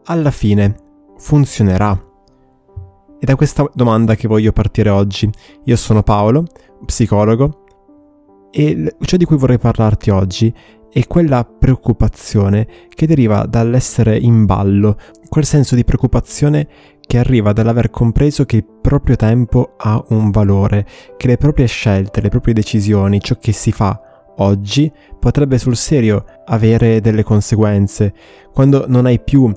alla fine funzionerà? Ed è da questa domanda che voglio partire oggi. Io sono Paolo, psicologo, e ciò di cui vorrei parlarti oggi è quella preoccupazione che deriva dall'essere in ballo, quel senso di preoccupazione che arriva dall'aver compreso che il proprio tempo ha un valore, che le proprie scelte, le proprie decisioni, ciò che si fa oggi potrebbe sul serio avere delle conseguenze, quando non hai più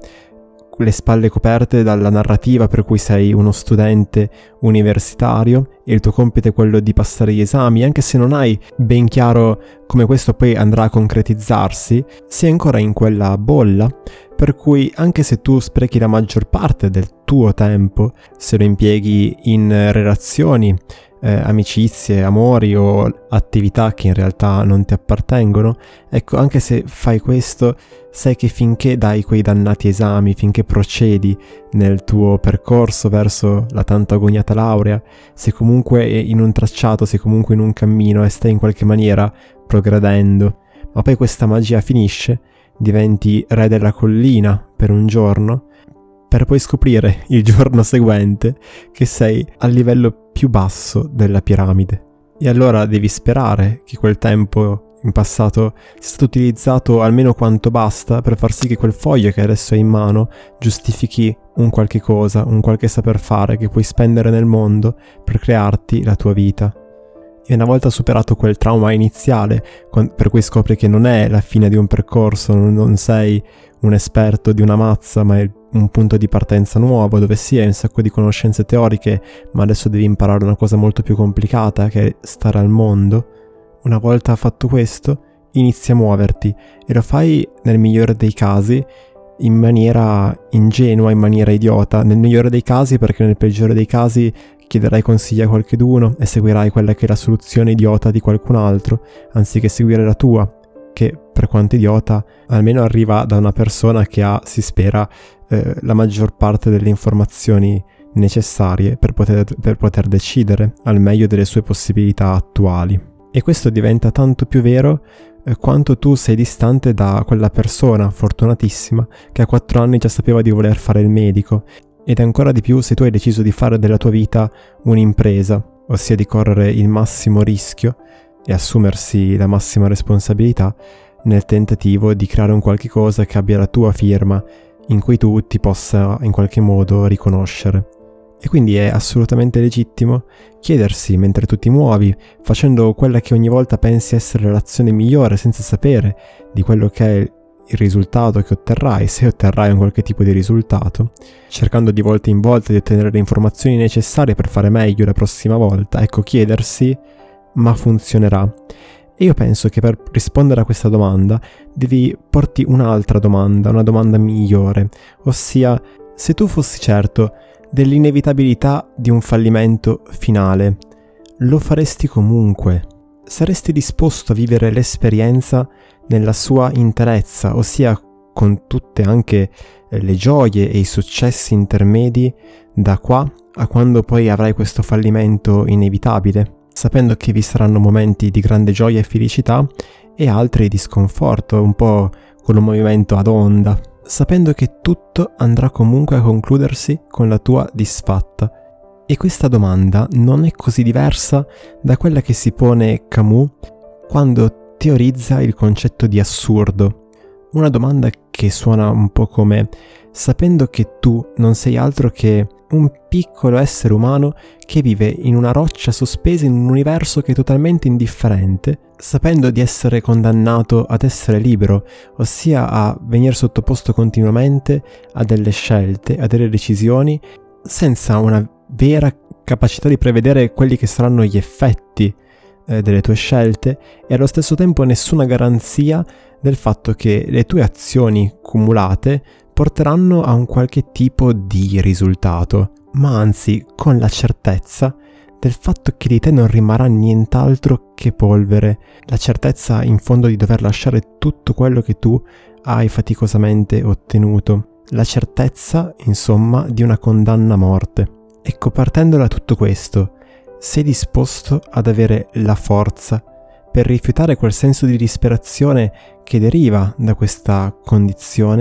le spalle coperte dalla narrativa per cui sei uno studente universitario e il tuo compito è quello di passare gli esami, anche se non hai ben chiaro come questo poi andrà a concretizzarsi, sei ancora in quella bolla, per cui anche se tu sprechi la maggior parte del tuo tempo, se lo impieghi in relazioni, amicizie, amori o attività che in realtà non ti appartengono, ecco, anche se fai questo, sai che finché dai quei dannati esami, finché procedi nel tuo percorso verso la tanto agoniata laurea, sei comunque in un tracciato, sei comunque in un cammino e stai in qualche maniera progredendo, ma poi questa magia finisce, diventi re della collina per un giorno, per poi scoprire il giorno seguente che sei al livello più basso della piramide. E allora devi sperare che quel tempo in passato sia stato utilizzato almeno quanto basta per far sì che quel foglio che adesso hai in mano giustifichi un qualche cosa, un qualche saper fare che puoi spendere nel mondo per crearti la tua vita. E una volta superato quel trauma iniziale, per cui scopri che non è la fine di un percorso, non sei un esperto di una mazza, ma è un punto di partenza nuovo, dove sì, hai un sacco di conoscenze teoriche, ma adesso devi imparare una cosa molto più complicata, che è stare al mondo. Una volta fatto questo, inizi a muoverti, e lo fai nel migliore dei casi, in maniera ingenua, in maniera idiota, nel migliore dei casi, perché nel peggiore dei casi chiederai consigli a qualcheduno e seguirai quella che è la soluzione idiota di qualcun altro, anziché seguire la tua, che per quanto idiota almeno arriva da una persona che ha, si spera, la maggior parte delle informazioni necessarie per poter decidere al meglio delle sue possibilità attuali. E questo diventa tanto più vero quanto tu sei distante da quella persona fortunatissima che a 4 anni già sapeva di voler fare il medico, ed ancora di più se tu hai deciso di fare della tua vita un'impresa, ossia di correre il massimo rischio e assumersi la massima responsabilità nel tentativo di creare un qualche cosa che abbia la tua firma, in cui tu ti possa in qualche modo riconoscere. E quindi è assolutamente legittimo chiedersi, mentre tu ti muovi, facendo quella che ogni volta pensi essere l'azione migliore senza sapere di quello che è il risultato che otterrai, se otterrai un qualche tipo di risultato, cercando di volta in volta di ottenere le informazioni necessarie per fare meglio la prossima volta, ecco, chiedersi: ma funzionerà? E io penso che per rispondere a questa domanda devi porti un'altra domanda, una domanda migliore, ossia: se tu fossi certo dell'inevitabilità di un fallimento finale, lo faresti comunque? Saresti disposto a vivere l'esperienza nella sua interezza, ossia con tutte anche le gioie e i successi intermedi da qua a quando poi avrai questo fallimento inevitabile, sapendo che vi saranno momenti di grande gioia e felicità e altri di sconforto, un po' con un movimento ad onda, sapendo che tutto andrà comunque a concludersi con la tua disfatta. E questa domanda non è così diversa da quella che si pone Camus quando teorizza il concetto di assurdo. Una domanda che suona un po' come: sapendo che tu non sei altro che un piccolo essere umano che vive in una roccia sospesa in un universo che è totalmente indifferente, sapendo di essere condannato ad essere libero, ossia a venire sottoposto continuamente a delle scelte, a delle decisioni, senza una vera capacità di prevedere quelli che saranno gli effetti delle tue scelte, e allo stesso tempo nessuna garanzia del fatto che le tue azioni cumulate porteranno a un qualche tipo di risultato, ma anzi con la certezza del fatto che di te non rimarrà nient'altro che polvere, la certezza in fondo di dover lasciare tutto quello che tu hai faticosamente ottenuto, la certezza, insomma, di una condanna a morte. Ecco, partendo da tutto questo, sei disposto ad avere la forza per rifiutare quel senso di disperazione che deriva da questa condizione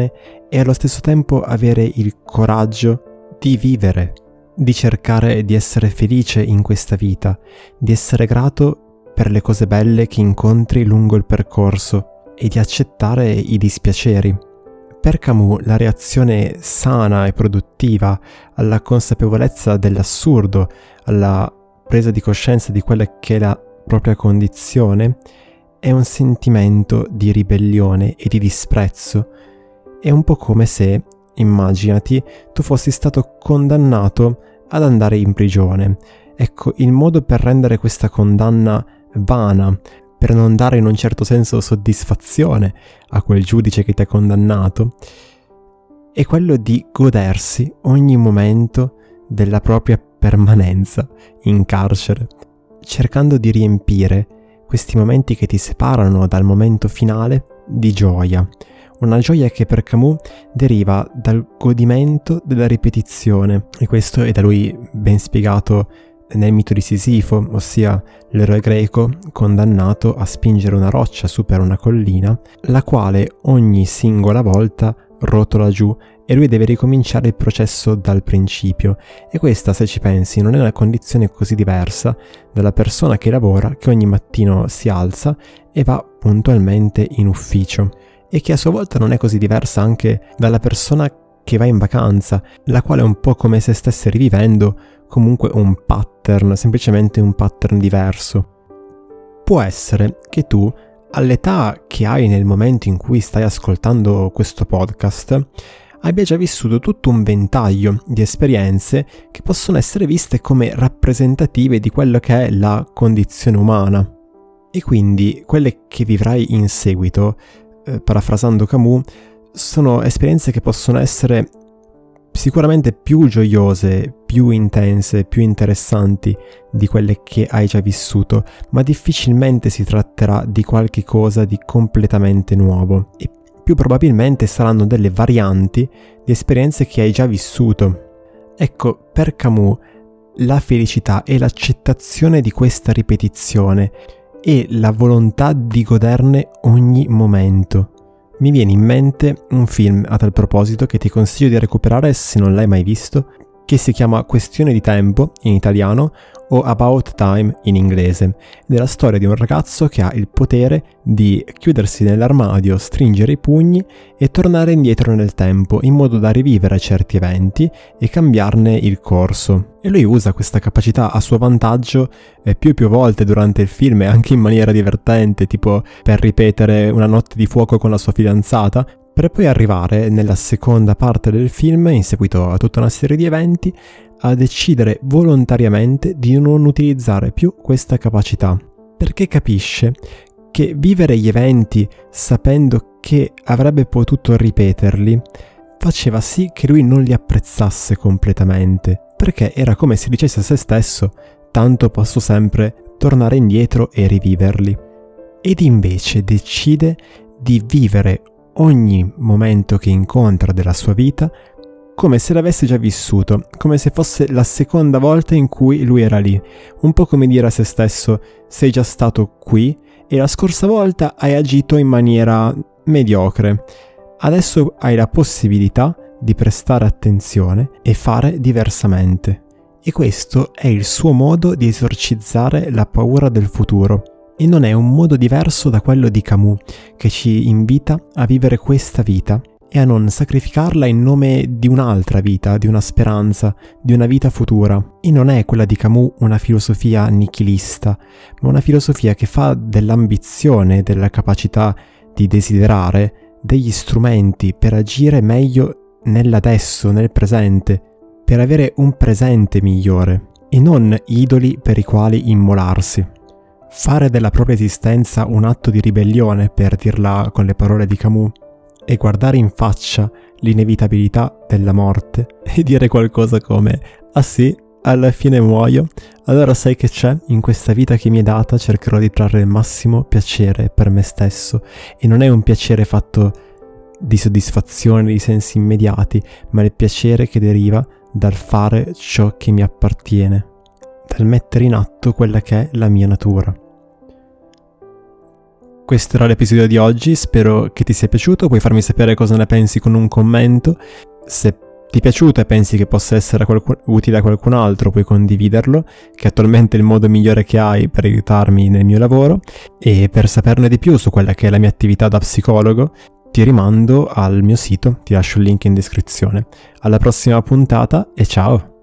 e allo stesso tempo avere il coraggio di vivere, di cercare di essere felice in questa vita, di essere grato per le cose belle che incontri lungo il percorso e di accettare i dispiaceri. Per Camus la reazione sana e produttiva alla consapevolezza dell'assurdo, alla presa di coscienza di quella che è la propria condizione, è un sentimento di ribellione e di disprezzo. È un po' come se, immaginati, tu fossi stato condannato ad andare in prigione. Ecco, il modo per rendere questa condanna vana, per non dare in un certo senso soddisfazione a quel giudice che ti ha condannato, è quello di godersi ogni momento della propria permanenza in carcere, cercando di riempire questi momenti che ti separano dal momento finale di gioia. Una gioia che per Camus deriva dal godimento della ripetizione, e questo è da lui ben spiegato nel mito di Sisifo, ossia l'eroe greco condannato a spingere una roccia su per una collina, la quale ogni singola volta rotola giù e lui deve ricominciare il processo dal principio. E questa, se ci pensi, non è una condizione così diversa dalla persona che lavora, che ogni mattino si alza e va puntualmente in ufficio, e che a sua volta non è così diversa anche dalla persona che va in vacanza, la quale è un po' come se stesse rivivendo comunque un pattern, semplicemente un pattern diverso. Può essere che tu, all'età che hai nel momento in cui stai ascoltando questo podcast, abbia già vissuto tutto un ventaglio di esperienze che possono essere viste come rappresentative di quello che è la condizione umana. E quindi quelle che vivrai in seguito, parafrasando Camus, sono esperienze che possono essere sicuramente più gioiose, più intense, più interessanti di quelle che hai già vissuto, ma difficilmente si tratterà di qualche cosa di completamente nuovo, e più probabilmente saranno delle varianti di esperienze che hai già vissuto. Ecco, per Camus la felicità è l'accettazione di questa ripetizione e la volontà di goderne ogni momento. Mi viene in mente un film a tal proposito che ti consiglio di recuperare se non l'hai mai visto, che si chiama Questione di tempo in italiano o About Time in inglese, ed è la storia di un ragazzo che ha il potere di chiudersi nell'armadio, stringere i pugni e tornare indietro nel tempo in modo da rivivere certi eventi e cambiarne il corso. E lui usa questa capacità a suo vantaggio più e più volte durante il film, e anche in maniera divertente, tipo per ripetere Una notte di fuoco con la sua fidanzata, per poi arrivare nella seconda parte del film, in seguito a tutta una serie di eventi, a decidere volontariamente di non utilizzare più questa capacità, perché capisce che vivere gli eventi sapendo che avrebbe potuto ripeterli faceva sì che lui non li apprezzasse completamente, perché era come se dicesse a se stesso: tanto posso sempre tornare indietro e riviverli. Ed invece decide di vivere ogni momento che incontra della sua vita come se l'avesse già vissuto, come se fosse la seconda volta in cui lui era lì, un po' come dire a se stesso: sei già stato qui e la scorsa volta hai agito in maniera mediocre, adesso hai la possibilità di prestare attenzione e fare diversamente. E questo è il suo modo di esorcizzare la paura del futuro. E non è un modo diverso da quello di Camus, che ci invita a vivere questa vita e a non sacrificarla in nome di un'altra vita, di una speranza, di una vita futura. E non è quella di Camus una filosofia nichilista, ma una filosofia che fa dell'ambizione, della capacità di desiderare, degli strumenti per agire meglio nell'adesso, nel presente, per avere un presente migliore, e non idoli per i quali immolarsi. Fare della propria esistenza un atto di ribellione, per dirla con le parole di Camus, e guardare in faccia l'inevitabilità della morte e dire qualcosa come: ah sì, alla fine muoio, allora sai che c'è? In questa vita che mi è data cercherò di trarre il massimo piacere per me stesso, e non è un piacere fatto di soddisfazione, di sensi immediati, ma il piacere che deriva dal fare ciò che mi appartiene, dal mettere in atto quella che è la mia natura. Questo era l'episodio di oggi, spero che ti sia piaciuto, puoi farmi sapere cosa ne pensi con un commento. Se ti è piaciuto e pensi che possa essere utile a qualcun altro, puoi condividerlo, che attualmente è il modo migliore che hai per aiutarmi nel mio lavoro. E per saperne di più su quella che è la mia attività da psicologo, ti rimando al mio sito, ti lascio il link in descrizione. Alla prossima puntata e ciao!